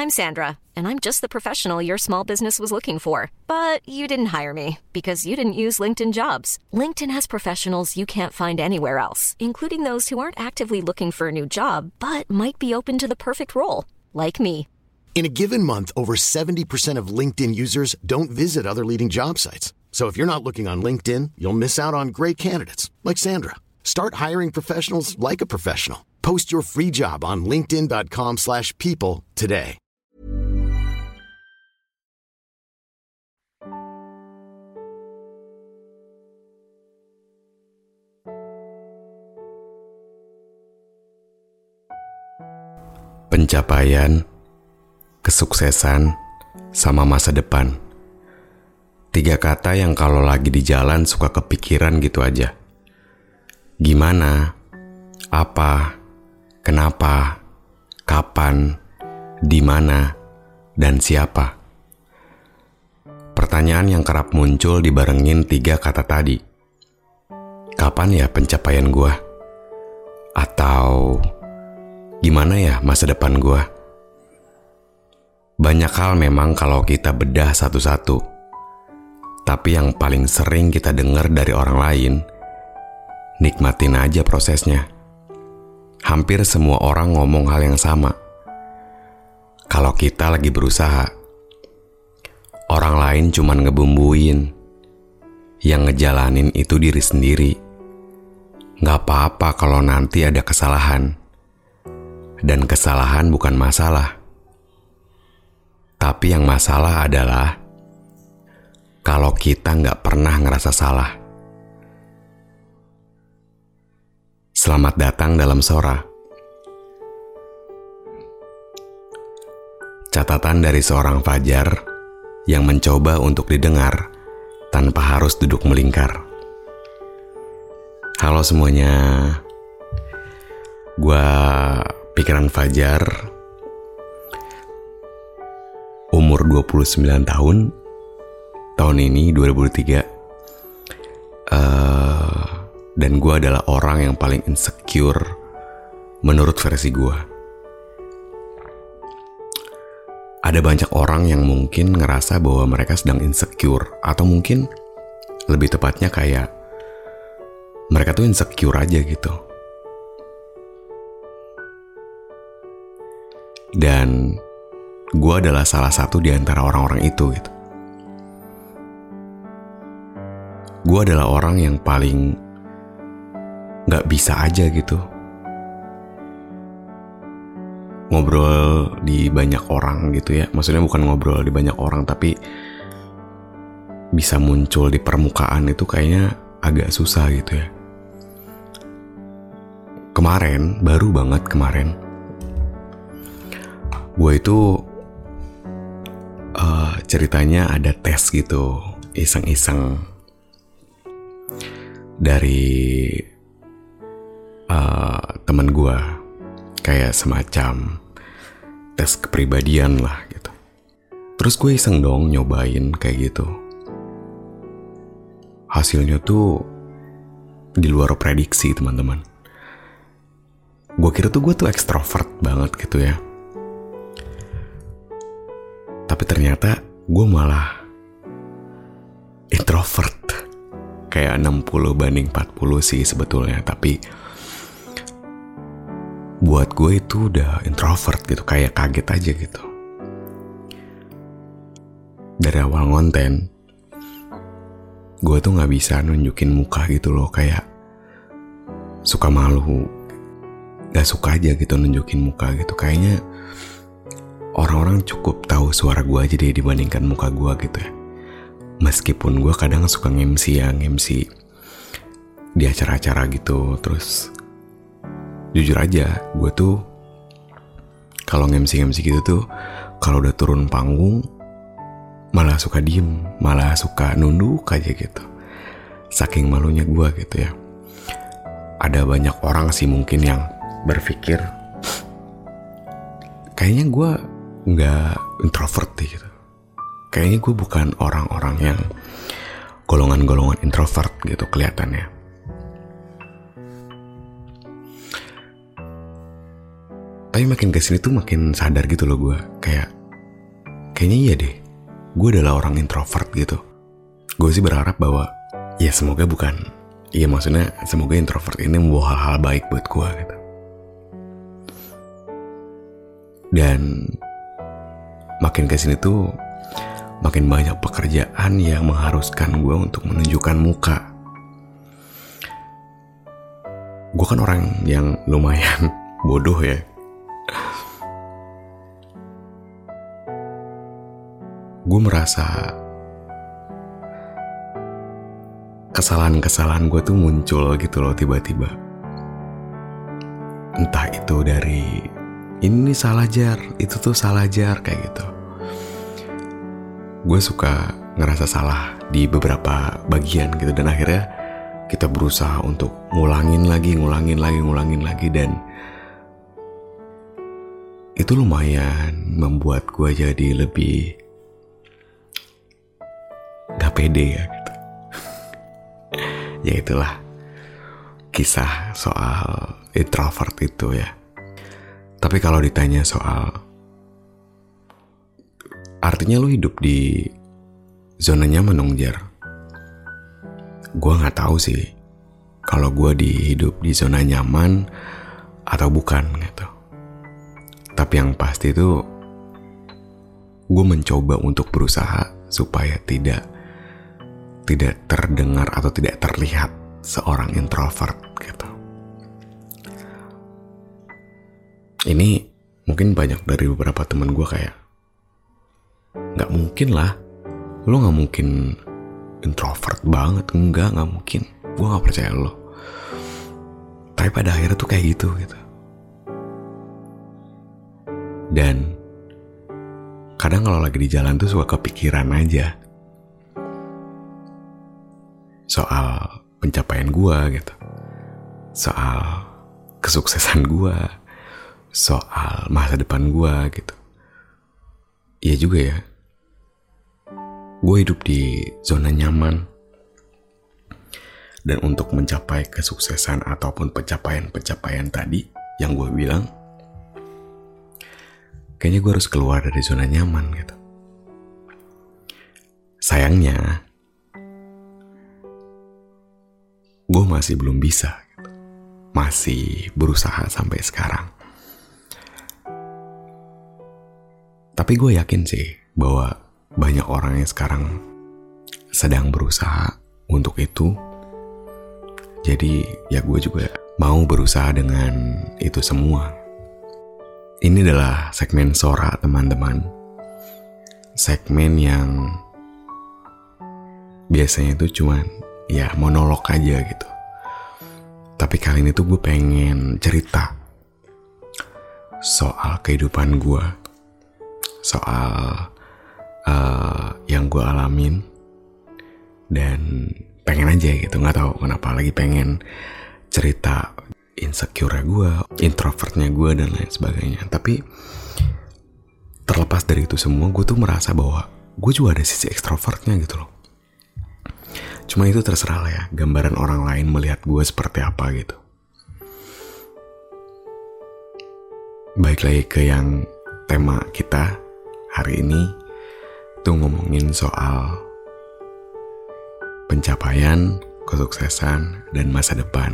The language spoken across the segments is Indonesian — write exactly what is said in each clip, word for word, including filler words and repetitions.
I'm Sandra, and I'm just the professional your small business was looking for. But you didn't hire me because you didn't use LinkedIn Jobs. LinkedIn has professionals you can't find anywhere else, including those who aren't actively looking for a new job, but might be open to the perfect role, like me. In a given month, over seventy percent of LinkedIn users don't visit other leading job sites. So if you're not looking on LinkedIn, you'll miss out on great candidates like Sandra. Start hiring professionals like a professional. Post your free job on linkedin.com slash people today. Pencapaian, kesuksesan, sama masa depan. Tiga kata yang kalau lagi di jalan suka kepikiran gitu aja. Gimana? Apa? Kenapa? Kapan? Di mana? Dan siapa? Pertanyaan yang kerap muncul dibarengin tiga kata tadi. Kapan ya pencapaian gua? Atau gimana ya masa depan gua? Banyak hal memang kalau kita bedah satu-satu. Tapi yang paling sering kita dengar dari orang lain, nikmatin aja prosesnya. Hampir semua orang ngomong hal yang sama. Kalau kita lagi berusaha, orang lain cuman ngebumbuin. Yang ngejalanin itu diri sendiri. Gak apa-apa kalau nanti ada kesalahan. Dan kesalahan bukan masalah. Tapi yang masalah adalah kalau kita gak pernah ngerasa salah. Selamat datang dalam Sora. Catatan dari seorang Fajar yang mencoba untuk didengar tanpa harus duduk melingkar. Halo semuanya. Gua Pikiran Fajar, umur dua puluh sembilan tahun, tahun ini dua ribu tiga, uh, dan gue adalah orang yang paling insecure menurut versi gue. Ada banyak orang yang mungkin ngerasa bahwa mereka sedang insecure, atau mungkin lebih tepatnya kayak mereka tuh insecure aja gitu. Dan gue adalah salah satu di antara orang-orang itu gitu. Gue adalah orang yang paling gak bisa aja gitu ngobrol di banyak orang gitu ya. Maksudnya bukan ngobrol di banyak orang, tapi bisa muncul di permukaan itu kayaknya agak susah gitu ya. Kemarin, baru banget kemarin, gue itu uh, ceritanya ada tes gitu, iseng-iseng dari uh, teman gue, kayak semacam tes kepribadian lah gitu. Terus gue iseng dong nyobain kayak gitu. Hasilnya tuh di luar prediksi teman-teman. Gue kira tuh gue tuh ekstrovert banget gitu ya. Tapi ternyata gue malah introvert. Kayak enam puluh banding empat puluh sih sebetulnya. Tapi buat gue itu udah introvert gitu. Kayak kaget aja gitu. Dari awal ngonten, gue tuh gak bisa nunjukin muka gitu loh. Kayak suka malu, gak suka aja gitu nunjukin muka gitu. Kayaknya orang-orang cukup tahu suara gue aja deh dibandingkan muka gue gitu ya. Meskipun gue kadang suka nge-M C ya, nge-M C di acara-acara gitu. Terus jujur aja, gue tuh kalau nge-M C-nge-M C gitu tuh, kalau udah turun panggung malah suka diem, malah suka nunduk aja gitu. Saking malunya gue gitu ya. Ada banyak orang sih mungkin yang berpikir kayaknya gue nggak introvert deh gitu. Kayaknya gue bukan orang-orang yang golongan-golongan introvert gitu kelihatannya. Tapi makin kesini tuh makin sadar gitu loh gue. Kayak, kayaknya iya deh, gue adalah orang introvert gitu. Gue sih berharap bahwa, ya semoga bukan, iya maksudnya semoga introvert ini membawa hal-hal baik buat gue gitu. Dan makin kesini tuh, makin banyak pekerjaan yang mengharuskan gue untuk menunjukkan muka. Gue kan orang yang lumayan bodoh ya. Gue merasa kesalahan-kesalahan gue tuh muncul gitu loh tiba-tiba. Entah itu dari ini salah jar, itu tuh salah jar kayak gitu. Gue suka ngerasa salah di beberapa bagian gitu, dan akhirnya kita berusaha untuk ngulangin lagi, ngulangin lagi, ngulangin lagi, dan itu lumayan membuat gue jadi lebih gak pede ya gitu. Ya itulah kisah soal introvert itu ya. Tapi kalau ditanya soal artinya lu hidup di zona nyaman dong Jar, gue gak tahu sih kalau gue di hidup di zona nyaman atau bukan gitu. Tapi yang pasti itu gue mencoba untuk berusaha supaya tidak tidak terdengar atau tidak terlihat seorang introvert gitu. Ini mungkin banyak dari beberapa teman gue kayak, gak mungkin lah, lo gak mungkin introvert banget. Enggak, gak mungkin. Gue gak percaya lo. Tapi pada akhirnya tuh kayak gitu gitu. Dan kadang kalau lagi di jalan tuh suka kepikiran aja soal pencapaian gue gitu, soal kesuksesan gue, soal masa depan gue gitu. Iya juga ya, gue hidup di zona nyaman, dan untuk mencapai kesuksesan ataupun pencapaian-pencapaian tadi yang gue bilang, kayaknya gue harus keluar dari zona nyaman gitu. Sayangnya gue masih belum bisa gitu. Masih berusaha sampai sekarang. Tapi gue yakin sih bahwa banyak orang yang sekarang sedang berusaha untuk itu. Jadi ya gue juga mau berusaha dengan itu semua. Ini adalah segmen Sora teman-teman. Segmen yang biasanya itu cuman ya monolog aja gitu. Tapi kali ini tuh gue pengen cerita soal kehidupan gue, soal uh, yang gue alamin, dan pengen aja gitu, nggak tahu kenapa lagi pengen cerita insecure gue, introvertnya gue, dan lain sebagainya. Tapi terlepas dari itu semua, gue tuh merasa bahwa gue juga ada sisi ekstrovertnya gitu loh. Cuma itu terserah lah ya, gambaran orang lain melihat gue seperti apa gitu. Baik lagi ke yang tema kita hari ini, tuh ngomongin soal pencapaian, kesuksesan, dan masa depan.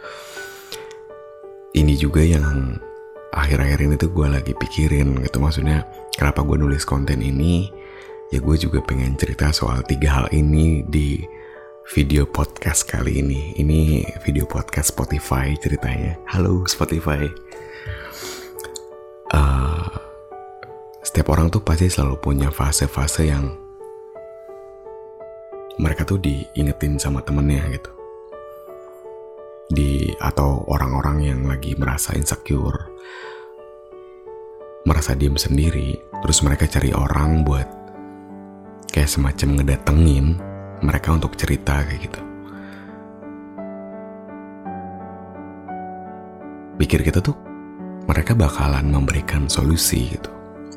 Ini juga yang akhir-akhir ini tuh gue lagi pikirin gitu. Maksudnya kenapa gue nulis konten ini, ya gue juga pengen cerita soal tiga hal ini di video podcast kali ini. Ini video podcast Spotify ceritanya. Halo Spotify. Uh, setiap orang tuh pasti selalu punya fase-fase yang mereka tuh diingetin sama temennya gitu. Di atau orang-orang yang lagi merasa insecure, merasa diem sendiri, terus mereka cari orang buat kayak semacam ngedatengin mereka untuk cerita kayak gitu. Pikir kita tuh mereka bakalan memberikan solusi gitu,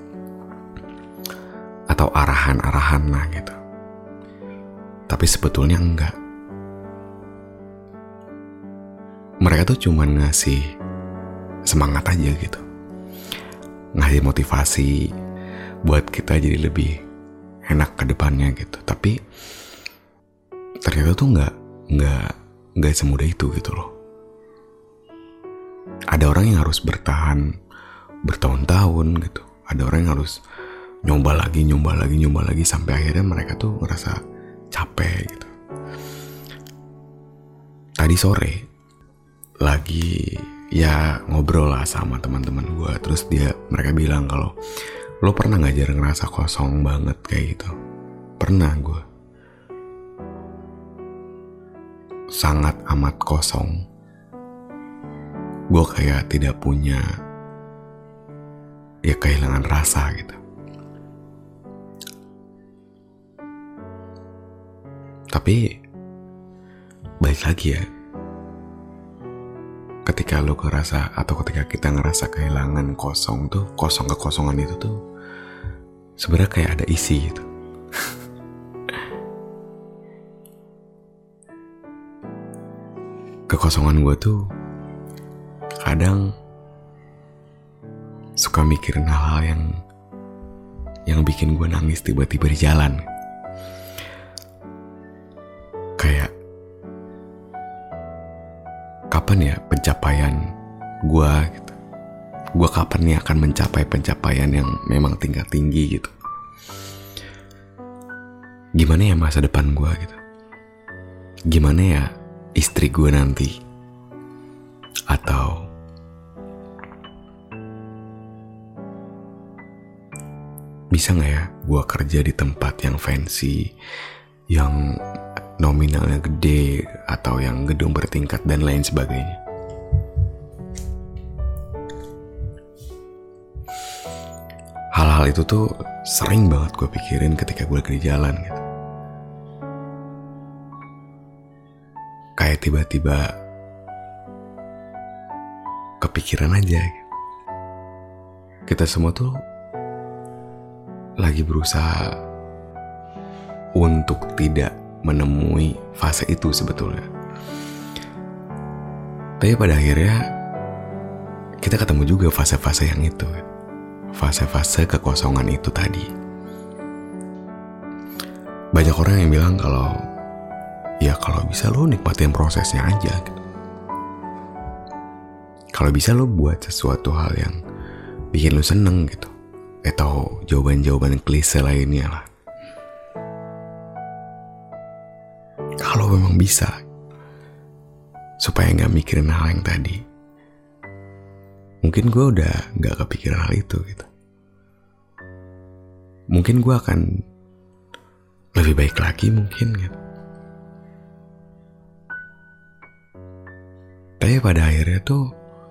atau arahan-arahan lah gitu. Tapi sebetulnya enggak. Mereka tuh cuman ngasih semangat aja gitu. ngasih motivasi buat kita jadi lebih enak ke depannya gitu. Tapi ternyata tuh nggak nggak nggak semudah itu gitu loh. Ada orang yang harus bertahan bertahun-tahun gitu. Ada orang yang harus nyoba lagi, nyoba lagi, nyoba lagi sampai akhirnya mereka tuh ngerasa capek gitu. Tadi sore lagi ya ngobrol lah sama teman-teman gue, terus dia mereka bilang kalau lo pernah nggak jarang ngerasa kosong banget kayak gitu? Pernah gue, sangat amat kosong. Gue kayak tidak punya, ya kehilangan rasa gitu. Tapi balik lagi ya, ketika lo ngerasa atau ketika kita ngerasa kehilangan kosong tuh, kosong kekosongan itu tuh sebenarnya kayak ada isi gitu. Kekosongan gue tuh kadang suka mikirin hal-hal yang yang bikin gue nangis tiba-tiba di jalan. Kayak kapan ya pencapaian gue gitu. Gue kapan nih akan mencapai pencapaian yang memang tingkat tinggi gitu. Gimana ya masa depan gue gitu. Gimana ya istri gue nanti. Atau bisa gak ya gue kerja di tempat yang fancy, yang nominalnya gede, atau yang gedung bertingkat dan lain sebagainya. Hal-hal itu tuh sering banget gue pikirin ketika gue lagi di jalan gitu. Kayak tiba-tiba kepikiran aja gitu. Kita semua tuh lagi berusaha untuk tidak menemui fase itu sebetulnya. Tapi pada akhirnya kita ketemu juga fase-fase yang itu, fase-fase kekosongan itu tadi. Banyak orang yang bilang kalau ya kalau bisa lo nikmatin prosesnya aja gitu. Kalau bisa lo buat sesuatu hal yang bikin lo seneng gitu, atau jawaban-jawaban klise lainnya lah. Kalau memang bisa, supaya gak mikirin hal yang tadi, mungkin gue udah gak kepikiran hal itu gitu. Mungkin gue akan lebih baik lagi mungkin gitu. Tapi pada akhirnya tuh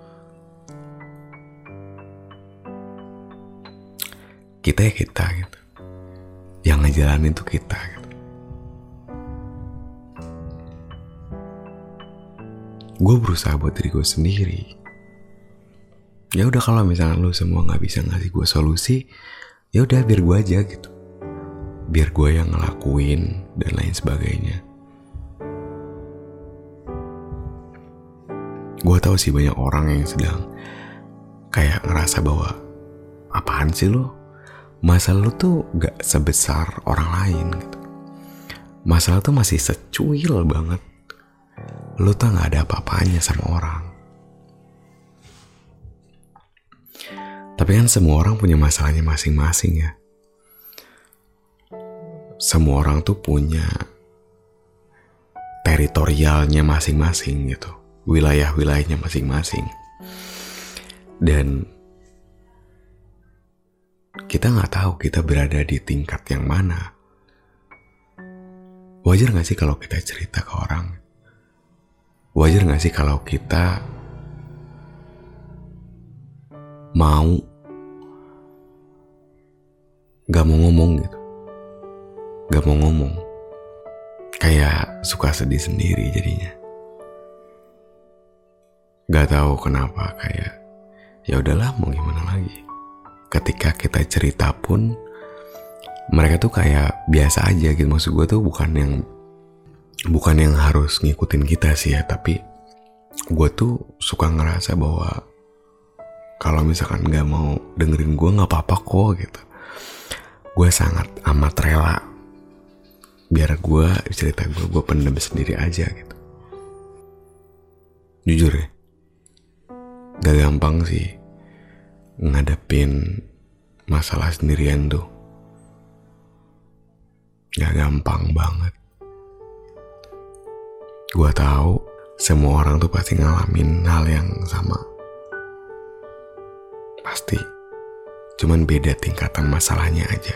kita ya kita gitu. Yang ngejalanin tuh kita gitu. Gue berusaha buat diri gue sendiri. Ya udah kalau misalnya lo semua nggak bisa ngasih gue solusi, ya udah biar gue aja gitu. Biar gue yang ngelakuin dan lain sebagainya. Gue tahu sih banyak orang yang sedang kayak ngerasa bahwa apaan sih lo? Masalah lo tuh nggak sebesar orang lain gitu. Masalah tuh masih secuil banget. Lu tuh gak ada apa-apanya sama orang. Tapi kan semua orang punya masalahnya masing-masing ya. Semua orang tuh punya teritorialnya masing-masing gitu. Wilayah-wilayahnya masing-masing. Dan kita gak tahu kita berada di tingkat yang mana. Wajar gak sih kalau kita cerita ke orang? Wajar gak sih kalau kita mau gak mau ngomong gitu, gak mau ngomong, kayak suka sedih sendiri jadinya. Gak tahu kenapa, kayak ya udahlah mau gimana lagi. Ketika kita cerita pun mereka tuh kayak biasa aja gitu. Maksud gue tuh bukan yang Bukan yang harus ngikutin kita sih ya, tapi gue tuh suka ngerasa bahwa kalau misalkan gak mau dengerin gue gak apa-apa kok gitu. Gue sangat amat rela biar gue cerita gue, gue pendam sendiri aja gitu. Jujur ya, gak gampang sih ngadepin masalah sendirian tuh. Gak gampang banget. Gue tahu semua orang tuh pasti ngalamin hal yang sama. Pasti. Cuman beda tingkatan masalahnya aja.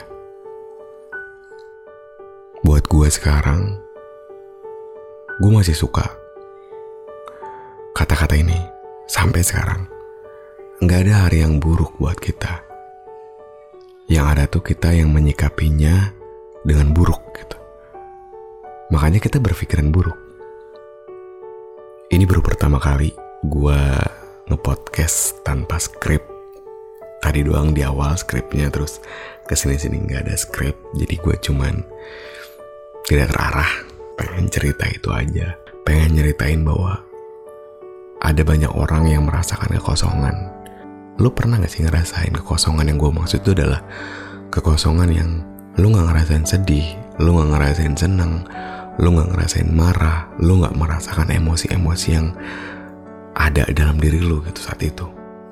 Buat gue sekarang, gue masih suka kata-kata ini sampai sekarang. Nggak ada hari yang buruk buat kita. Yang ada tuh kita yang menyikapinya dengan buruk gitu. Makanya kita berpikiran buruk. Ini baru pertama kali gue nge-podcast tanpa skrip. Tadi doang di awal skripnya, terus kesini-sini nggak ada skrip. Jadi gue cuman tidak terarah, pengen cerita itu aja. Pengen nyeritain bahwa ada banyak orang yang merasakan kekosongan. Lu pernah gak sih ngerasain kekosongan? Yang gue maksud itu adalah kekosongan yang lu gak ngerasain sedih, lu gak ngerasain senang, lu gak ngerasain marah, lu gak merasakan emosi-emosi yang ada dalam diri lu gitu saat itu.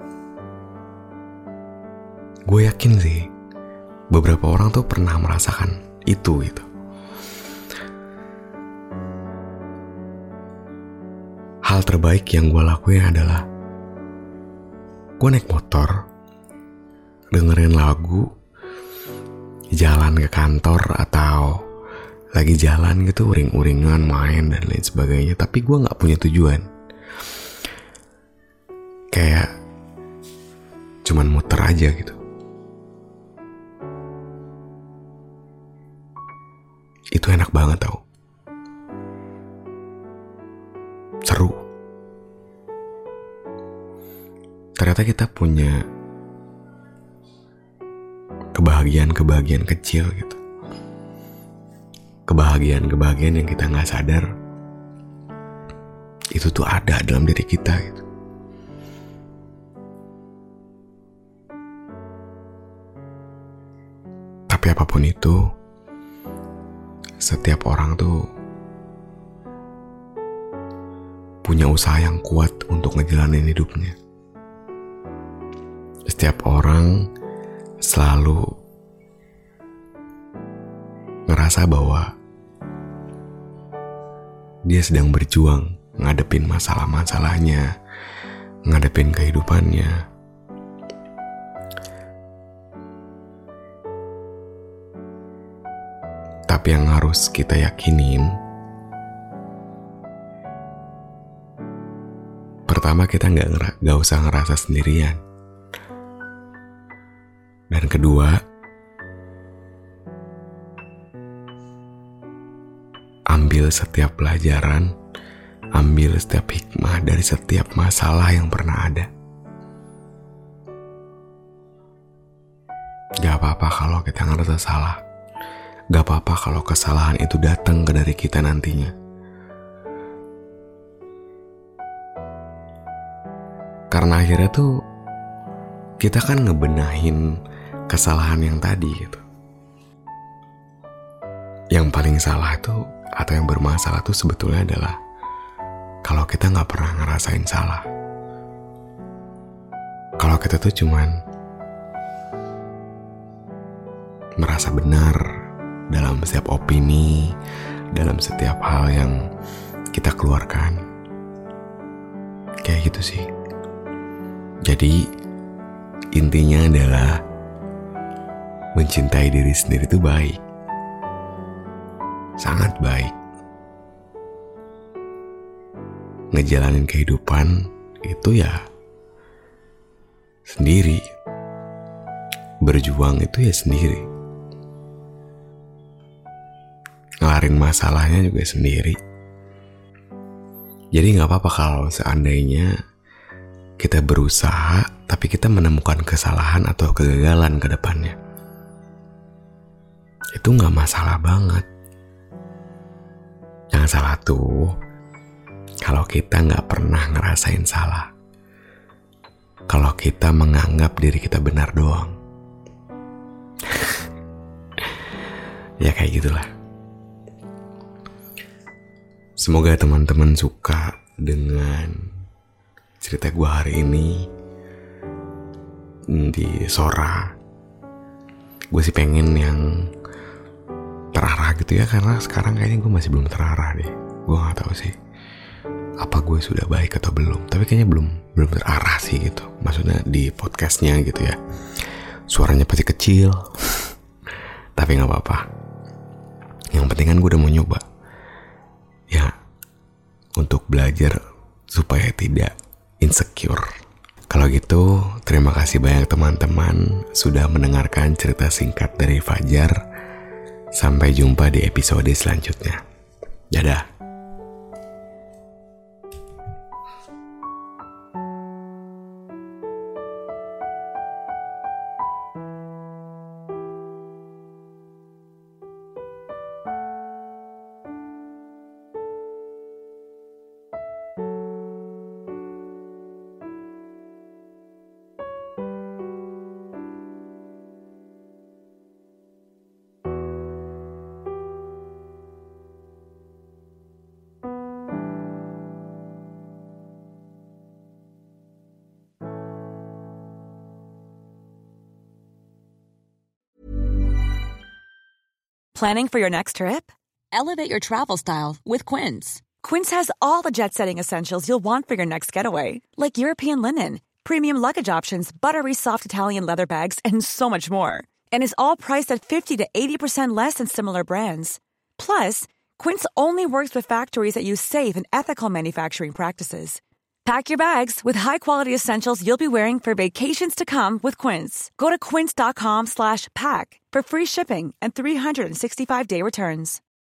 Gue yakin sih beberapa orang tuh pernah merasakan itu gitu. Hal terbaik yang gue lakuin adalah gue naik motor, dengerin lagu, jalan ke kantor atau lagi jalan gitu, uring-uringan, main dan lain sebagainya. Tapi gue gak punya tujuan. Kayak cuman muter aja gitu. Itu enak banget tau. Seru. Ternyata kita punya kebahagiaan-kebahagiaan kecil gitu. Kebahagiaan-kebahagiaan yang kita gak sadar itu tuh ada dalam diri kita gitu. Tapi apapun itu, setiap orang tuh punya usaha yang kuat untuk ngejalanin hidupnya. Setiap orang selalu ngerasa bahwa dia sedang berjuang ngadepin masalah-masalahnya, ngadepin kehidupannya. Tapi yang harus kita yakinin, pertama kita gak, ngera- gak usah ngerasa sendirian. Dan kedua, ambil setiap pelajaran, ambil setiap hikmah dari setiap masalah yang pernah ada. Gak apa-apa kalau kita ngerasa salah. Gak apa-apa kalau kesalahan itu datang ke dari kita nantinya. Karena akhirnya tuh kita kan ngebenahin kesalahan yang tadi gitu. Yang paling salah tuh atau yang bermasalah tuh sebetulnya adalah kalau kita gak pernah ngerasain salah. Kalau kita tuh cuman merasa benar dalam setiap opini, dalam setiap hal yang kita keluarkan. Kayak gitu sih. Jadi intinya adalah mencintai diri sendiri itu baik. Sangat baik. Ngejalanin kehidupan itu ya sendiri. Berjuang itu ya sendiri. Ngelarin masalahnya juga sendiri. Jadi gak apa-apa kalau seandainya kita berusaha tapi kita menemukan kesalahan atau kegagalan ke depannya. Itu gak masalah banget. Yang salah tuh kalau kita gak pernah ngerasain salah. kalau kita menganggap diri kita benar doang. Ya kayak gitulah. Semoga teman-teman suka dengan cerita gue hari ini di Sora. Gue sih pengen yang terarah gitu ya, karena sekarang kayaknya gue masih belum terarah deh. Gue gak tahu sih apa gue sudah baik atau belum, tapi kayaknya belum belum terarah sih gitu. Maksudnya di podcastnya gitu ya, suaranya pasti kecil. Tapi gak apa-apa, yang penting kan gue udah mau nyoba ya, untuk belajar supaya tidak insecure. Kalau gitu, terima kasih banyak teman-teman sudah mendengarkan cerita singkat dari Fajar. Sampai jumpa di episode selanjutnya. Dadah. Planning for your next trip? Elevate your travel style with Quince. Quince has all the jet-setting essentials you'll want for your next getaway, like European linen, premium luggage options, buttery soft Italian leather bags, and so much more. And is all priced at fifty to eighty percent less than similar brands. Plus, Quince only works with factories that use safe and ethical manufacturing practices. Pack your bags with high-quality essentials you'll be wearing for vacations to come with Quince. Go to quince.com slash pack for free shipping and three sixty-five day returns.